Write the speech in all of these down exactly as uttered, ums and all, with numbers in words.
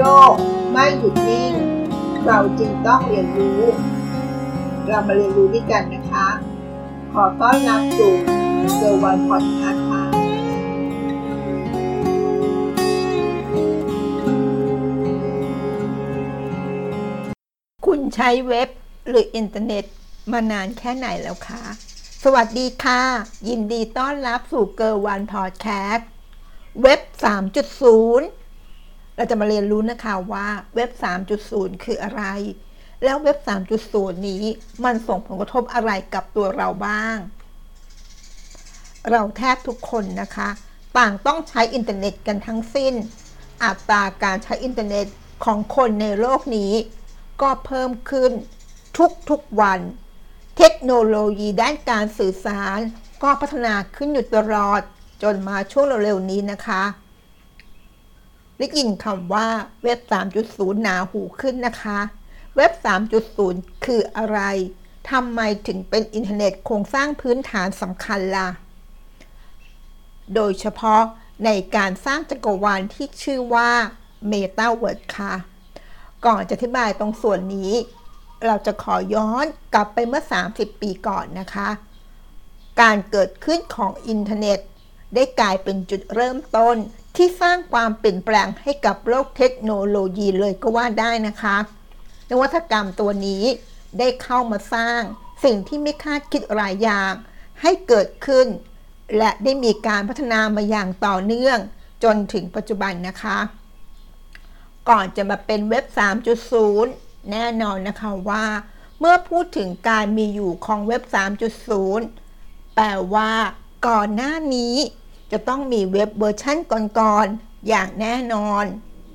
กไม่หยุดนิ่งเราจึงต้องเรียนรู้เรามาเรียนรู้ด้วยกันนะคะขอต้อนรับสู่เซอร์วันพอดคาสต์ค่ะคุณใช้เว็บหรืออินเทอร์เน็ตมานานแค่ไหนแล้วคะสวัสดีค่ะยินดีต้อนรับสู่เซอร์วันพอดแคสต์เว็บ สามจุดศูนย์ เราจะมาเรียนรู้นะคะว่าเว็บ สามจุดศูนย์ คืออะไรแล้วเว็บ สามจุดศูนย์ นี้มันส่งผลกระทบอะไรกับตัวเราบ้างเราแทบทุกคนนะคะต่างต้องใช้อินเทอร์เน็ตกันทั้งสิ้นอัตราการใช้อินเทอร์เน็ตของคนในโลกนี้ก็เพิ่มขึ้นทุกๆวันเทคโนโลยีด้านการสื่อสารก็พัฒนาขึ้นอยู่ตลอดจนมาช่วงเร็วๆนี้นะคะได้ยินคำว่าเว็บ สามจุดศูนย์ หนาหูขึ้นนะคะเว็บ สามจุดศูนย์ คืออะไรทำไมถึงเป็นอินเทอร์เน็ตโครงสร้างพื้นฐานสำคัญล่ะโดยเฉพาะในการสร้างจักรวาลที่ชื่อว่า Metaverse ค่ะก่อนจะอธิบายตรงส่วนนี้เราจะขอย้อนกลับไปเมื่อสามสิบปีก่อนนะคะการเกิดขึ้นของอินเทอร์เน็ตได้กลายเป็นจุดเริ่มต้นที่สร้างความเปลี่ยนแปลงให้กับโลกเทคโนโลยีเลยก็ว่าได้นะคะนวัตกรรมตัวนี้ได้เข้ามาสร้างสิ่งที่ไม่คาดคิดหลายอย่างให้เกิดขึ้นและได้มีการพัฒนามาอย่างต่อเนื่องจนถึงปัจจุบันนะคะก่อนจะมาเป็นเว็บ สามจุดศูนย์ แน่นอนนะคะว่าเมื่อพูดถึงการมีอยู่ของเว็บ สามจุดศูนย์ แปลว่าก่อนหน้านี้จะต้องมีเว็บเวอร์ชันก่อนๆอย่างแน่นอน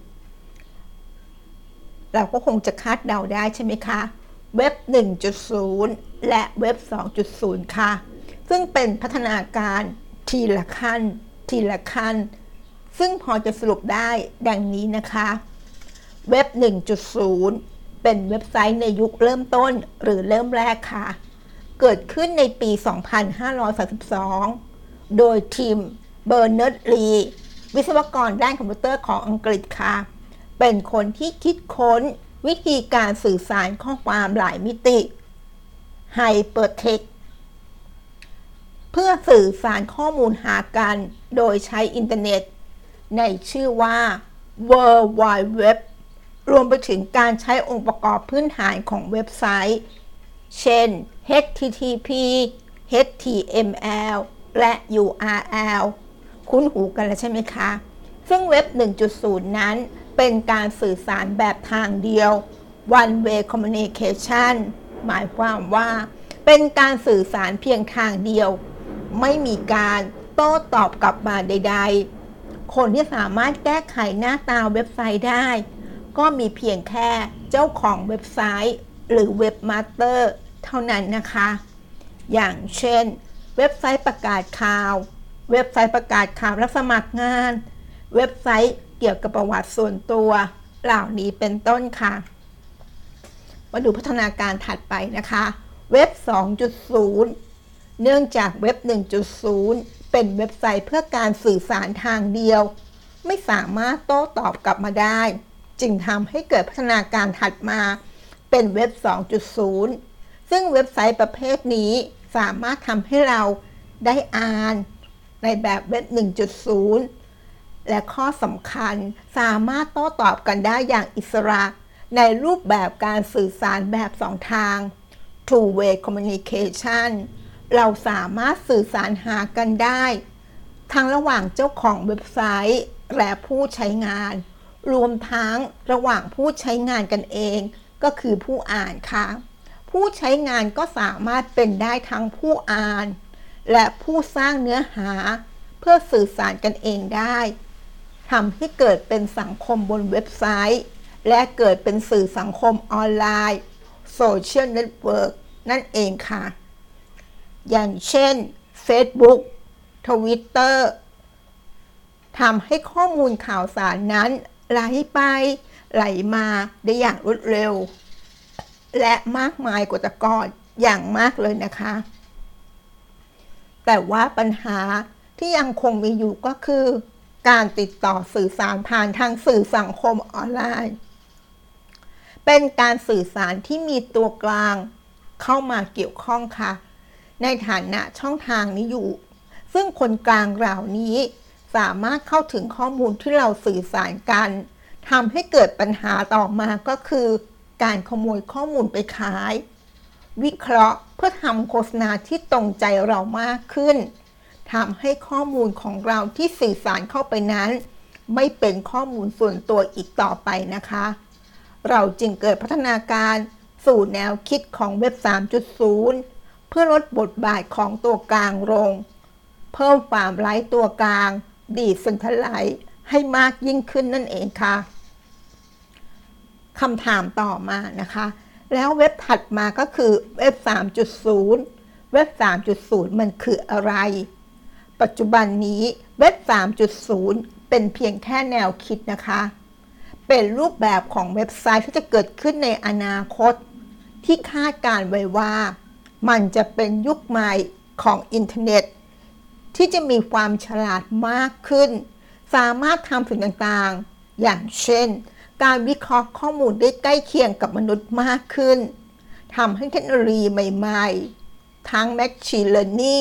เราก็คงจะคาดเดาได้ใช่ไหมคะเว็บ หนึ่งจุดศูนย์ และเว็บ สองจุดศูนย์ ค่ะซึ่งเป็นพัฒนาการทีละขั้นทีละขั้นซึ่งพอจะสรุปได้ดังนี้นะคะเว็บ หนึ่งจุดศูนย์ เป็นเว็บไซต์ในยุคเริ่มต้นหรือเริ่มแรกค่ะเกิดขึ้นในปี สองพันห้าร้อยสามสิบสอง โดยทีมเบอร์เนิร์ดลีวิศวกรด้านคอมพิวเตอร์ของอังกฤษค่ะเป็นคนที่คิดค้นวิธีการสื่อสารข้อความหลายมิติไฮเปอร์เท็กซ์เพื่อสื่อสารข้อมูลหากันโดยใช้อินเทอร์เน็ตในชื่อว่า World Wide Web รวมไปถึงการใช้องค์ประกอบพื้นฐานของเว็บไซต์เช่น เอช ที ที พี เอช ที เอ็ม แอล และ ยู อาร์ แอล คุ้นหูกันแล้วใช่ไหมคะซึ่งเว็บ หนึ่งจุดศูนย์ นั้นเป็นการสื่อสารแบบทางเดียว one way communication หมายความว่าเป็นการสื่อสารเพียงทางเดียวไม่มีการโต้ตอบกลับมาใดๆคนที่สามารถแก้ไขหน้าตาเว็บไซต์ได้ก็มีเพียงแค่เจ้าของเว็บไซต์หรือเว็บมาสเตอร์เท่านั้นนะคะอย่างเช่นเว็บไซต์ประกาศข่าวเว็บไซต์ประกาศข่าวรับสมัครงานเว็บไซต์เกี่ยวกับประวัติส่วนตัวเหล่านี้เป็นต้นค่ะมาดูพัฒนาการถัดไปนะคะเว็บ สองจุดศูนย์ เนื่องจากเว็บ หนึ่งจุดศูนย์ เป็นเว็บไซต์เพื่อการสื่อสารทางเดียวไม่สามารถโต้ตอบกลับมาได้จึงทำให้เกิดพัฒนาการถัดมาเป็นเว็บ สองจุดศูนย์ ซึ่งเว็บไซต์ประเภทนี้สามารถทำให้เราได้อ่านในแบบเว็บ หนึ่งจุดศูนย์ และข้อสำคัญสามารถโต้ตอบกันได้อย่างอิสระในรูปแบบการสื่อสารแบบสองทาง two way communication เราสามารถสื่อสารหากันได้ทั้งระหว่างเจ้าของเว็บไซต์และผู้ใช้งานรวมทั้งระหว่างผู้ใช้งานกันเองก็คือผู้อ่านค่ะผู้ใช้งานก็สามารถเป็นได้ทั้งผู้อ่านและผู้สร้างเนื้อหาเพื่อสื่อสารกันเองได้ทำให้เกิดเป็นสังคมบนเว็บไซต์และเกิดเป็นสื่อสังคมออนไลน์โซเชียลเน็ตเวิร์กนั่นเองค่ะอย่างเช่น Facebook Twitter ทำให้ข้อมูลข่าวสารนั้นไหลไปไหลมาได้อย่างรวดเร็วและมากมายกว่าแต่ก่อนอย่างมากเลยนะคะแต่ว่าปัญหาที่ยังคงมีอยู่ก็คือการติดต่อสื่อสารผ่านทางสื่อสังคมออนไลน์เป็นการสื่อสารที่มีตัวกลางเข้ามาเกี่ยวข้องค่ะในฐานะช่องทางนี้อยู่ซึ่งคนกลางเหล่านี้สามารถเข้าถึงข้อมูลที่เราสื่อสารกันทำให้เกิดปัญหาต่อมาก็คือการขโมยข้อมูลไปขายวิเคราะห์เพื่อทำโฆษณาที่ตรงใจเรามากขึ้นทำให้ข้อมูลของเราที่สื่อสารเข้าไปนั้นไม่เป็นข้อมูลส่วนตัวอีกต่อไปนะคะเราจึงเกิดพัฒนาการสู่แนวคิดของเว็บ สามจุดศูนย์ เพื่อลดบทบาทของตัวกลางลงเพิ่มความไร้ตัวกลางดีเซนทรัลไลซ์ให้มากยิ่งขึ้นนั่นเองค่ะคำถามต่อมานะคะแล้วเว็บถัดมาก็คือเว็บ สามจุดศูนย์ เว็บ สามจุดศูนย์ มันคืออะไรปัจจุบันนี้เว็บ สามจุดศูนย์ เป็นเพียงแค่แนวคิดนะคะเป็นรูปแบบของเว็บไซต์ที่จะเกิดขึ้นในอนาคตที่คาดการไว้ว่ามันจะเป็นยุคใหม่ของอินเทอร์เน็ตที่จะมีความฉลาดมากขึ้นสามารถทำสิ่งต่างๆอย่างเช่นการวิเคราะห์ข้อมูลได้ใกล้เคียงกับมนุษย์มากขึ้นทำให้เทคโนโลยีใหม่ๆทั้ง Machine Learning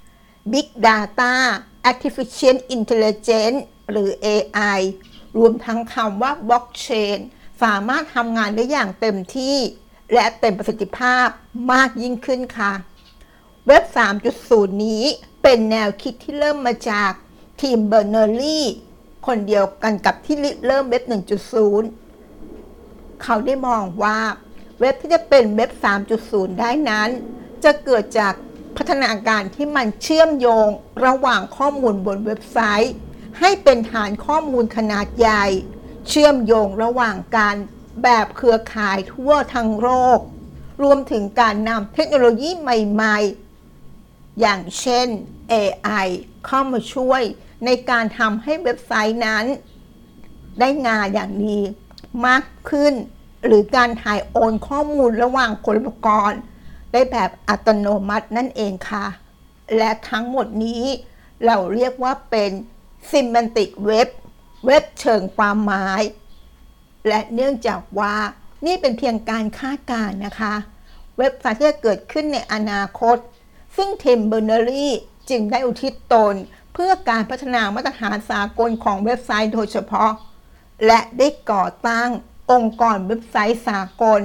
Big Data Artificial Intelligence หรือ เอ ไอ รวมทั้งคำว่า Blockchain สามารถทำงานได้อย่างเต็มที่และเต็มประสิทธิภาพมากยิ่งขึ้นค่ะเว็บ สามจุดศูนย์ นี้เป็นแนวคิดที่เริ่มมาจากทีมเบอร์เนอร์ลี่คนเดียวกันกับที่เริ่มเว็บ หนึ่งจุดศูนย์ เขาได้มองว่าเว็บที่จะเป็นเว็บ สามจุดศูนย์ ได้นั้นจะเกิดจากพัฒนาการที่มันเชื่อมโยงระหว่างข้อมูลบนเว็บไซต์ให้เป็นฐานข้อมูลขนาดใหญ่เชื่อมโยงระหว่างกันแบบเครือข่ายทั่วทั้งโลกรวมถึงการนำเทคโนโลยีใหม่ๆอย่างเช่น เอ ไอ เข้ามาช่วยในการทำให้เว็บไซต์นั้นได้งานอย่างดีมากขึ้นหรือการถ่ายโอนข้อมูลระหว่างคนประกอบได้แบบอัตโนมัตินั่นเองค่ะและทั้งหมดนี้เราเรียกว่าเป็น Semantic Web เว็บเชิงความหมายและเนื่องจากว่านี่เป็นเพียงการคาดการณ์นะคะเว็บไซต์ที่จะเกิดขึ้นในอนาคตซึ่งทีมเบอร์เนอรี่จึงได้อุทิศตนเพื่อการพัฒนามาตรฐานสากลของเว็บไซต์โดยเฉพาะและได้ก่อตั้งองค์กรเว็บไซต์สากล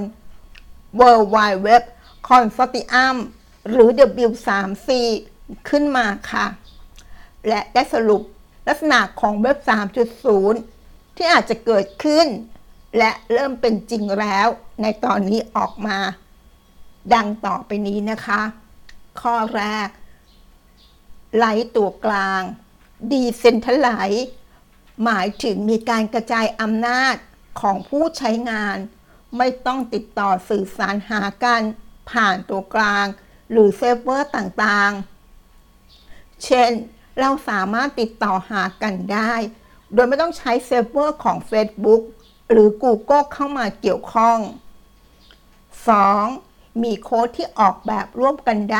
World Wide Web Consortium หรือ ดับเบิลยู ทรี ซี ขึ้นมาค่ะและได้สรุปลักษณะของเว็บ สามจุดศูนย์ ที่อาจจะเกิดขึ้นและเริ่มเป็นจริงแล้วในตอนนี้ออกมาดังต่อไปนี้นะคะข้อแรกไร้ตัวกลาง Decentralized หมายถึงมีการกระจายอำนาจของผู้ใช้งานไม่ต้องติดต่อสื่อสารหากันผ่านตัวกลางหรือเซิร์ฟเวอร์ต่างๆเช่นเราสามารถติดต่อหากันได้โดยไม่ต้องใช้เซิร์ฟเวอร์ของ Facebook หรือ Google เข้ามาเกี่ยวข้อง สอง มีโค้ดที่ออกแบบร่วมกันได้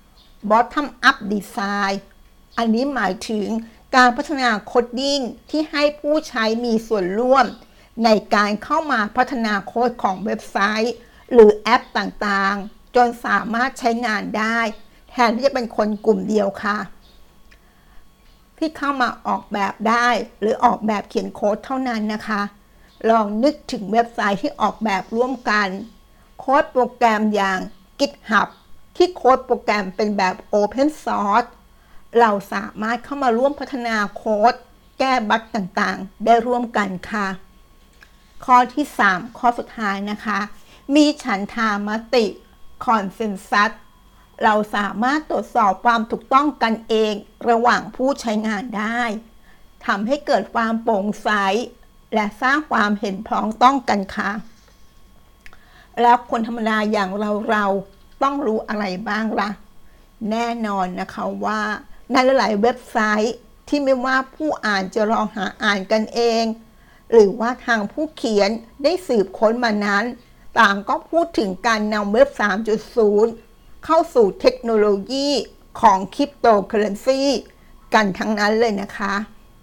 Bottom up Design อันนี้หมายถึงการพัฒนาโคดดิ้งที่ให้ผู้ใช้มีส่วนร่วมในการเข้ามาพัฒนาโค้ดของเว็บไซต์หรือแอปต่างๆจนสามารถใช้งานได้แทนที่จะเป็นคนกลุ่มเดียวค่ะที่เข้ามาออกแบบได้หรือออกแบบเขียนโค้ดเท่านั้นนะคะลองนึกถึงเว็บไซต์ที่ออกแบบร่วมกันโค้ดโปรแกรมอย่าง GitHub ที่โค้ดโปรแกรมเป็นแบบ Open Source เราสามารถเข้ามาร่วมพัฒนาโค้ดแก้บั๊กต่างๆได้ร่วมกันค่ะข้อที่สามข้อสุดท้ายนะคะมีฉันทามติ Consensus เราสามารถตรวจสอบความถูกต้องกันเองระหว่างผู้ใช้งานได้ทำให้เกิดความโปร่งใสและสร้างความเห็นพ้องต้องกันค่ะแล้วคนธรรมดาอย่างเราเราต้องรู้อะไรบ้างล่ะแน่นอนนะคะว่าในหลายๆเว็บไซต์ที่ไม่ว่าผู้อ่านจะลองหาอ่านกันเองหรือว่าทางผู้เขียนได้สืบค้นมานั้นต่างก็พูดถึงการนำเว็บ สามจุดศูนย์ เข้าสู่เทคโนโลยีของคริปโตเคอเรนซีกันทั้งนั้นเลยนะคะ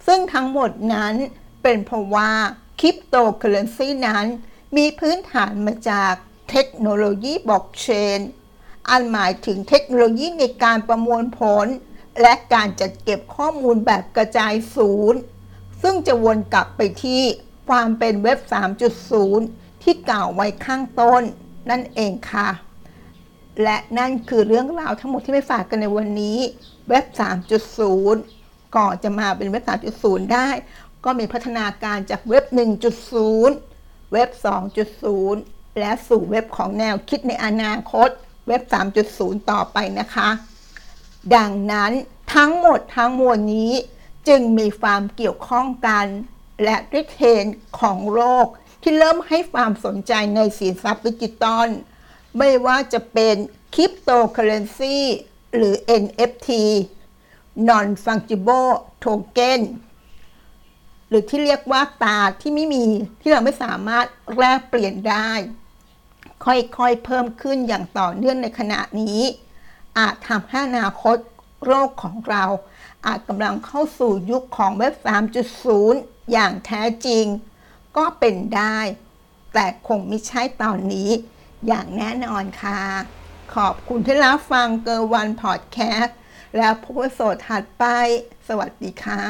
ซึ่งทั้งหมดนั้นเป็นเพราะว่าคริปโตเคอเรนซีนั้นมีพื้นฐานมาจากเทคโนโลยีบล็อกเชนอันหมายถึงเทคโนโลยีในการประมวลผลและการจัดเก็บข้อมูลแบบกระจายศูนย์ซึ่งจะวนกลับไปที่ความเป็นเว็บ สามจุดศูนย์ ที่กล่าวไว้ข้างต้นนั่นเองค่ะและนั่นคือเรื่องราวทั้งหมดที่ไม่ฝากกันในวันนี้เว็บ สามจุดศูนย์ ก่อนจะมาเป็นเว็บ สามจุดศูนย์ ได้ก็มีพัฒนาการจากเว็บ หนึ่งจุดศูนย์ เว็บ สองจุดศูนย์ และสู่เว็บของแนวคิดในอนาคตเว็บ สามจุดศูนย์ ต่อไปนะคะดังนั้นทั้งหมดทั้งมวลนี้จึงมีความเกี่ยวข้องกันและด้วยเทรนด์ของโลกที่เริ่มให้ความสนใจในสินทรัพย์ดิจิตอลไม่ว่าจะเป็นคริปโตเคอเรนซีหรือ เอ็น เอฟ ที Non Fungible Token หรือที่เรียกว่าตราที่ไม่มีที่เราไม่สามารถแลกเปลี่ยนได้ค่อยๆเพิ่มขึ้นอย่างต่อเนื่องในขณะนี้อาจทำให้อนาคตโลกของเราอาจกำลังเข้าสู่ยุคของเว็บ สามจุดศูนย์ อย่างแท้จริงก็เป็นได้แต่คงไม่ใช่ตอนนี้อย่างแน่นอนค่ะขอบคุณที่รับฟังเกอร์วันพอดแคสต์แล้วพบกันโสดถัดไปสวัสดีค่ะ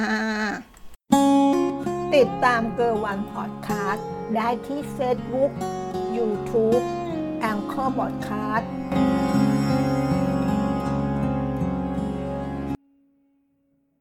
ติดตามเกอร์วันพอดแคสต์ได้ที่ Facebook YouTube Anchor Podcast